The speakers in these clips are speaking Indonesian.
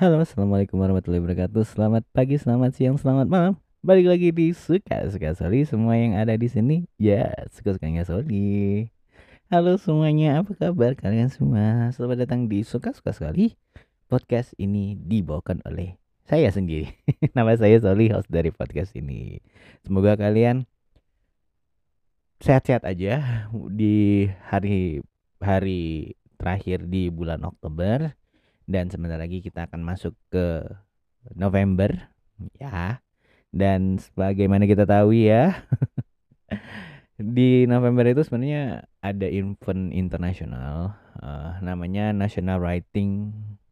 Halo, assalamualaikum warahmatullahi wabarakatuh. Selamat pagi, selamat siang, selamat malam. Balik lagi di suka Soli. Semua yang ada di sini, ya suka-sukanya Soli. Halo semuanya, apa kabar kalian semua? Selamat datang di suka sekali. Podcast ini dibawakan oleh saya sendiri. Nama saya Soli, host dari podcast ini. Semoga kalian sehat-sehat aja di hari terakhir di bulan Oktober, dan sebentar lagi kita akan masuk ke November ya. Dan sebagaimana kita tahu ya, di November itu sebenarnya ada event internasional, namanya National Writing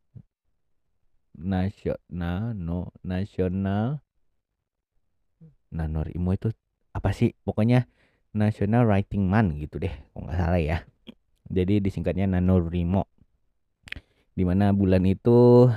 National Nanorimo itu apa sih? Pokoknya National Writing Month gitu deh, kalau nggak salah ya. Jadi disingkatnya NaNoWriMo. Di mana bulan itu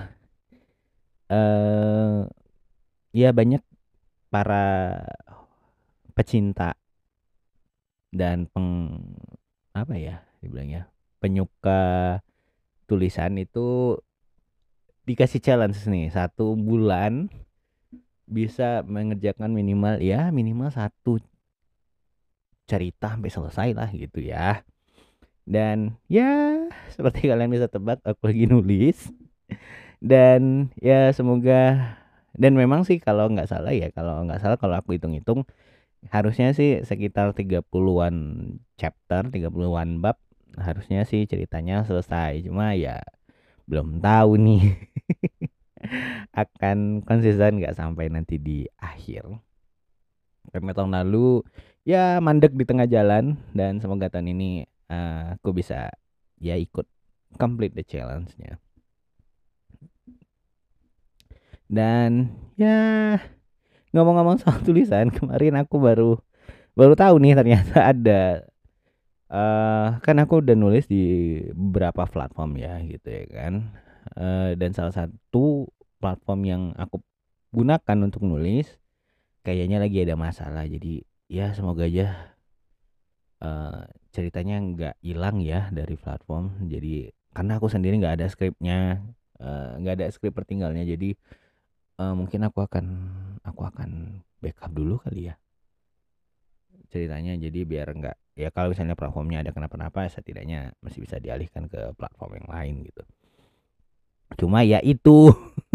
eh ya banyak para pecinta dan apa ya dibilangnya, penyuka tulisan itu dikasih challenge nih, 1 bulan bisa mengerjakan minimal satu cerita sampai selesai lah gitu ya. Dan ya seperti kalian bisa tebak, aku lagi nulis. Dan ya semoga, dan memang sih kalau aku hitung-hitung harusnya sih sekitar 30-an chapter, 30-an bab, harusnya sih ceritanya selesai. Cuma ya belum tahu nih akan konsisten nggak sampai nanti di akhir. Karena tahun lalu ya mandek di tengah jalan, dan semoga tahun ini aku bisa ya ikut complete the challenge-nya. Dan ya ngomong-ngomong soal tulisan, kemarin aku baru baru tahu nih ternyata ada, kan aku udah nulis di beberapa platform ya gitu ya kan. Dan salah satu platform yang aku gunakan untuk nulis kayaknya lagi ada masalah. Jadi ya semoga aja eh, ceritanya nggak hilang ya dari platform. Jadi karena aku sendiri nggak ada skripnya, nggak ada skrip pertinggalnya. Jadi mungkin aku akan backup dulu kali ya ceritanya. Jadi biar nggak, ya kalau misalnya platformnya ada kenapa-napa, setidaknya masih bisa dialihkan ke platform yang lain gitu. Cuma ya itu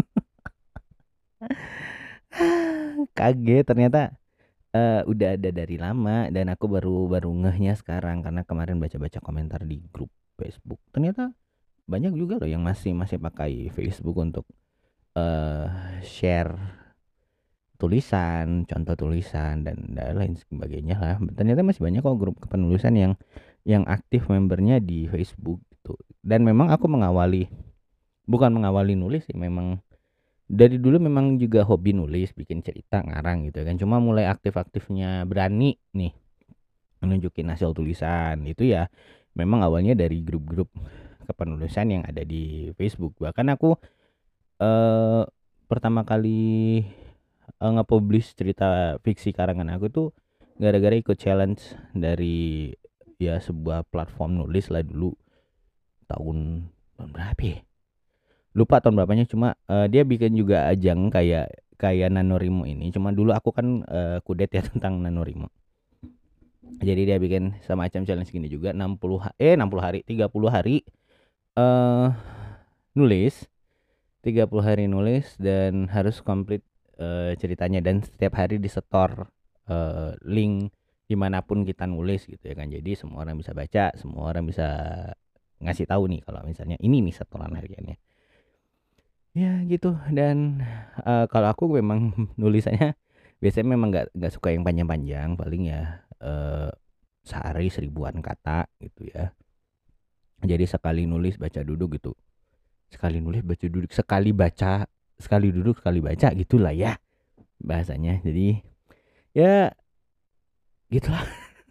kaget ternyata udah ada dari lama, dan aku baru baru ngehnya sekarang karena kemarin baca-baca komentar di grup Facebook. Ternyata banyak juga loh yang masih masih pakai Facebook untuk eh share tulisan, contoh tulisan dan lain sebagainya lah. Ternyata masih banyak kok grup kepenulisan yang aktif membernya di Facebook gitu. Dan memang aku bukan mengawali nulis sih, memang dari dulu memang juga hobi nulis, bikin cerita, ngarang gitu kan. Cuma mulai aktif-aktifnya berani nih menunjukin hasil tulisan itu ya memang awalnya dari grup-grup kepenulisan yang ada di Facebook. Bahkan aku eh pertama kali nge-publish cerita fiksi karangan aku tuh gara-gara ikut challenge dari ya sebuah platform nulis lah dulu, tahun tahun berapa ya? Lupa tahun berapanya. Cuma dia bikin juga ajang kayak kayak NaNoWriMo ini. Cuma dulu aku kan kudet ya tentang NaNoWriMo. Jadi dia bikin semacam challenge gini juga, 60 hari, 30 hari eh nulis, 30 hari nulis dan harus komplit ceritanya, dan setiap hari disetor link dimanapun kita nulis gitu ya kan. Jadi semua orang bisa baca, semua orang bisa ngasih tahu nih kalau misalnya ini nih setoran hariannya. Ya gitu. Dan kalau aku memang nulisannya biasanya memang nggak suka yang panjang-panjang, paling ya sehari 1.000-an kata gitu ya. Jadi sekali nulis baca duduk gitu, sekali nulis baca duduk, sekali baca sekali duduk sekali baca gitulah ya bahasanya. Jadi ya gitulah.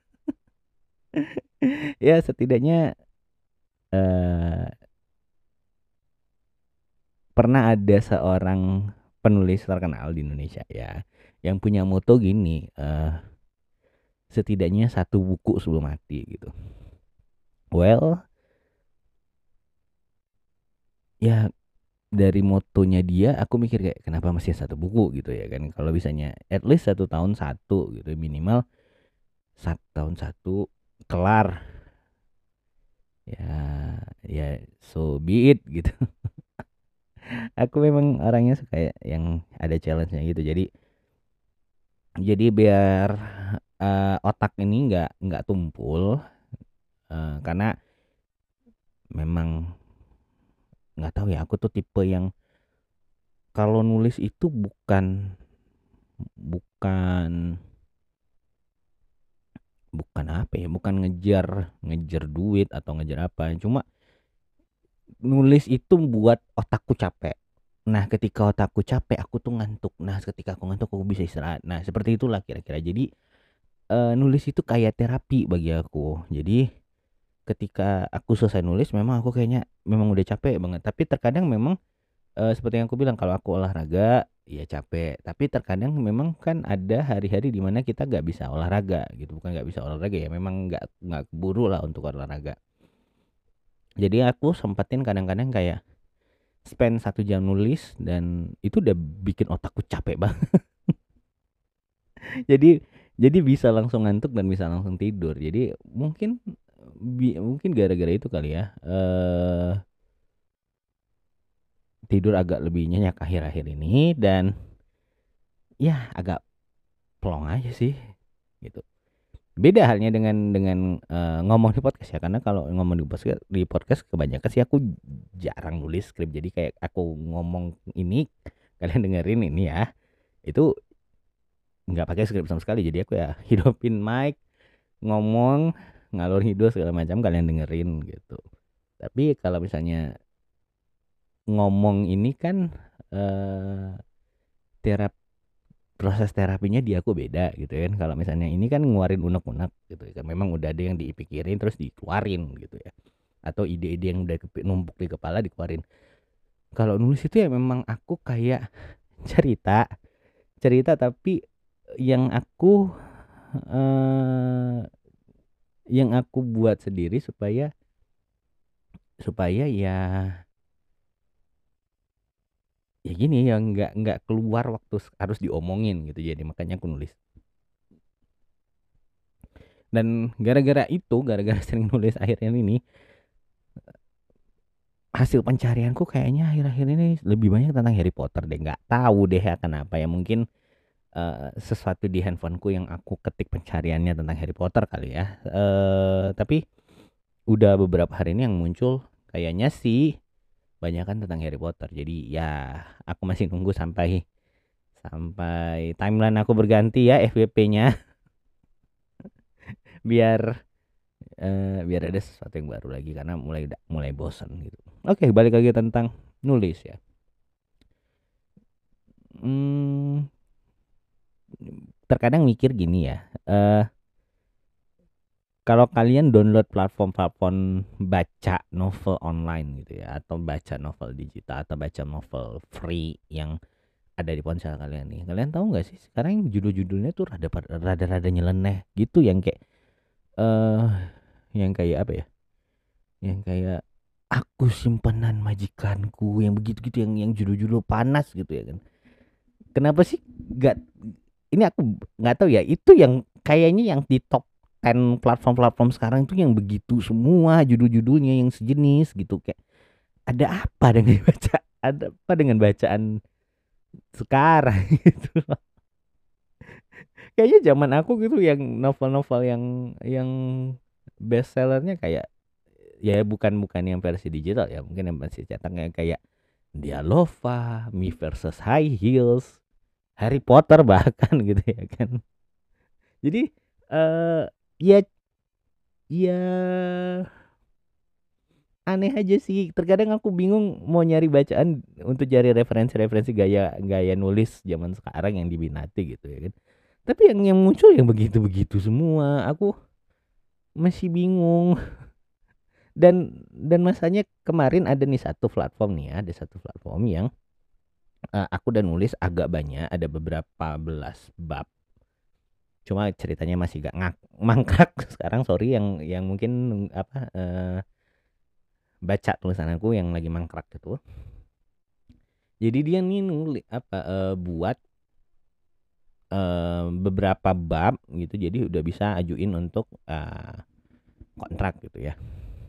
Ya setidaknya eh pernah ada seorang penulis terkenal di Indonesia ya yang punya moto gini, setidaknya 1 buku sebelum mati gitu. Well, ya dari motonya dia aku mikir kayak kenapa mesti satu buku gitu ya kan, kalau bisanya at least 1 tahun satu gitu minimal, 1 tahun satu kelar ya, ya so be it gitu. Aku memang orangnya suka yang ada challenge-nya gitu, jadi biar otak ini nggak tumpul, karena memang nggak tahu ya, aku tuh tipe yang kalau nulis itu bukan bukan apa ya, bukan ngejar ngejar duit atau ngejar apa, cuma nulis itu buat otakku capek. Nah, ketika otakku capek, aku tuh ngantuk. Nah, ketika aku ngantuk, aku bisa istirahat. Nah, seperti itulah kira-kira. Jadi, nulis itu kayak terapi bagi aku. Jadi, ketika aku selesai nulis, memang aku kayaknya memang udah capek banget. Tapi terkadang memang seperti yang aku bilang, kalau aku olahraga, ya capek. Tapi terkadang memang kan ada hari-hari di mana kita nggak bisa olahraga gitu. Bukan nggak bisa olahraga ya, memang nggak keburu lah untuk olahraga. Jadi aku sempetin kadang-kadang kayak spend 1 jam nulis dan itu udah bikin otakku capek banget. Jadi jadi bisa langsung ngantuk dan bisa langsung tidur. Jadi mungkin gara-gara itu kali ya. Tidur agak lebih nyenyak akhir-akhir ini dan ya agak plong aja sih gitu. Beda halnya dengan ngomong di podcast ya, karena kalau ngomong di podcast kebanyakan sih aku jarang nulis skrip. Jadi kayak aku ngomong ini, kalian dengerin ini ya, itu nggak pakai skrip sama sekali. Jadi aku ya hidupin mic, ngomong ngalur ngidul segala macam, kalian dengerin gitu. Tapi kalau misalnya ngomong ini kan eh terap proses terapinya di aku beda gitu kan. Kalau misalnya ini kan ngeluarin unek-unek gitu kan, memang udah ada yang dipikirin terus dikeluarin gitu ya, atau ide-ide yang udah numpuk di kepala dikeluarin. Kalau nulis itu ya memang aku kayak cerita cerita tapi yang aku eh yang aku buat sendiri supaya supaya ya gini ya, nggak keluar waktu harus diomongin gitu, jadi makanya aku nulis. Dan gara-gara sering nulis akhirnya ini, hasil pencarianku kayaknya akhir-akhir ini lebih banyak tentang Harry Potter deh. Nggak tahu deh ya kenapa ya, mungkin sesuatu di handphoneku yang aku ketik pencariannya tentang Harry Potter kali ya. Tapi udah beberapa hari ini yang muncul kayaknya sih banyak kan tentang Harry Potter. Jadi ya aku masih nunggu sampai sampai timeline aku berganti ya FYP-nya, biar biar ada sesuatu yang baru lagi karena mulai bosan gitu. Oke, balik lagi tentang nulis ya. Hmm, terkadang mikir gini ya. Kalau kalian download platform-platform baca novel online gitu ya, atau baca novel digital atau baca novel free yang ada di ponsel kalian nih, kalian tahu nggak sih sekarang judul-judulnya tuh rada nyeleneh gitu, eh yang kayak apa ya, yang kayak aku simpanan majikanku, yang begitu gitu, yang judul-judul panas gitu ya kan. Kenapa sih nggak, ini aku nggak tahu ya, itu yang kayaknya yang di top 10 platform-platform sekarang itu yang begitu semua judul-judulnya yang sejenis gitu. Kayak ada apa dengan ada apa dengan bacaan sekarang gitu loh. Kayaknya zaman aku gitu yang novel-novel yang best sellernya kayak, ya bukan yang versi digital ya, mungkin yang versi cetaknya kayak Dialova, Me versus High Heels, Harry Potter bahkan gitu ya kan. Jadi eh ya ya aneh aja sih. Terkadang aku bingung mau nyari bacaan untuk cari referensi-referensi gaya gaya nulis zaman sekarang yang diminati gitu ya kan. Tapi yang muncul yang begitu-begitu semua. Aku masih bingung. Dan masanya kemarin ada nih satu platform nih ya, ada satu platform yang aku udah nulis agak banyak, ada beberapa belas bab. Cuma ceritanya masih gak mangkrak sekarang, sorry yang mungkin apa baca tulisan aku yang lagi mangkrak gitu. Jadi dia nih buat beberapa bab gitu, jadi udah bisa ajuin untuk kontrak gitu ya.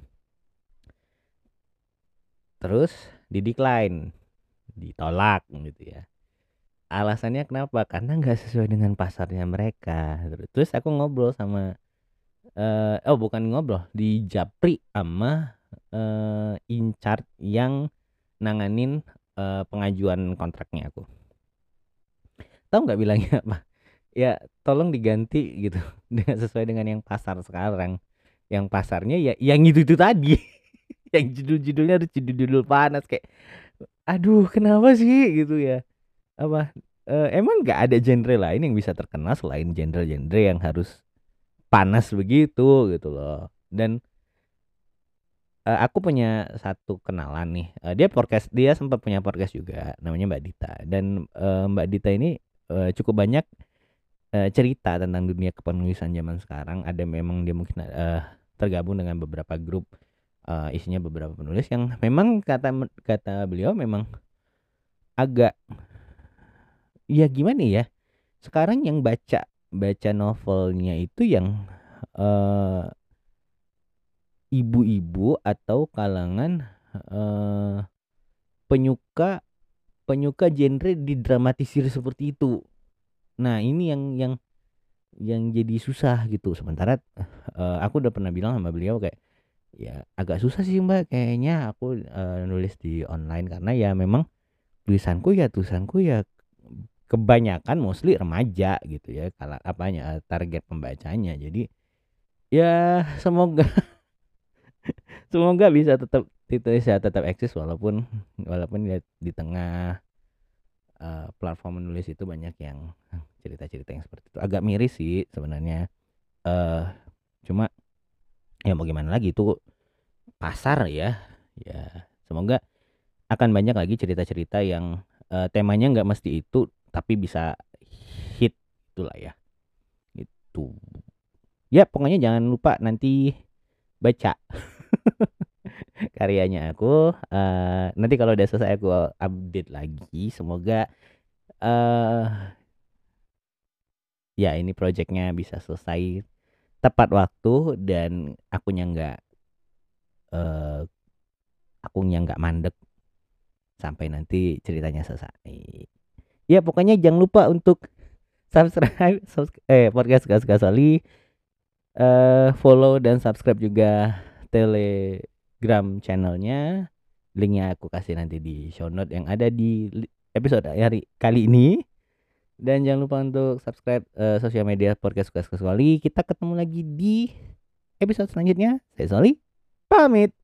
Terus di-decline, ditolak gitu ya. Alasannya kenapa? Karena nggak sesuai dengan pasarnya mereka. Terus aku ngobrol sama bukan ngobrol, di japri sama in charge yang nanganin pengajuan kontraknya aku. Tahu nggak bilangnya apa? Ya tolong diganti gitu dengan sesuai dengan yang pasar sekarang. Yang pasarnya ya yang itu tadi. Yang judul-judulnya harus judul-judul panas kayak aduh kenapa sih gitu ya. Apa emang nggak ada genre lain yang bisa terkenal selain genre-genre yang harus panas begitu gitu loh. Dan aku punya satu kenalan nih. Dia sempat punya podcast juga namanya Mbak Dita. Dan Mbak Dita ini cukup banyak cerita tentang dunia kepenulisan zaman sekarang. Ada memang dia mungkin tergabung dengan beberapa grup isinya beberapa penulis yang memang kata kata beliau memang agak ya gimana ya. Sekarang yang baca baca novelnya itu yang eh, ibu-ibu atau kalangan eh, penyuka penyuka genre didramatisir seperti itu. Nah, ini yang jadi susah gitu. Sementara aku udah pernah bilang sama beliau kayak ya agak susah sih Mbak kayaknya aku nulis di online karena ya memang tulisanku ya kebanyakan mostly remaja gitu ya kalau apanya target pembacanya. Jadi ya semoga semoga bisa tetap bisa tetap eksis walaupun walaupun di tengah platform menulis itu banyak yang cerita-cerita yang seperti itu agak miris sih sebenarnya. eh Cuma ya mau gimana lagi itu pasar ya. Ya semoga akan banyak lagi cerita-cerita yang temanya nggak mesti itu tapi bisa hit itulah ya itu. Ya pokoknya jangan lupa nanti baca karyanya aku. Nanti kalau udah selesai aku update lagi. Semoga eh ya ini projectnya bisa selesai tepat waktu dan eh akunya nggak mandek sampai nanti ceritanya selesai. Ya pokoknya jangan lupa untuk subscribe, podcast Kasali, follow dan subscribe juga Telegram channelnya. Linknya aku kasih nanti di show note yang ada di episode hari kali ini. Dan jangan lupa untuk subscribe sosial media podcast Kasali. Kita ketemu lagi di episode selanjutnya. Saya Soli, pamit.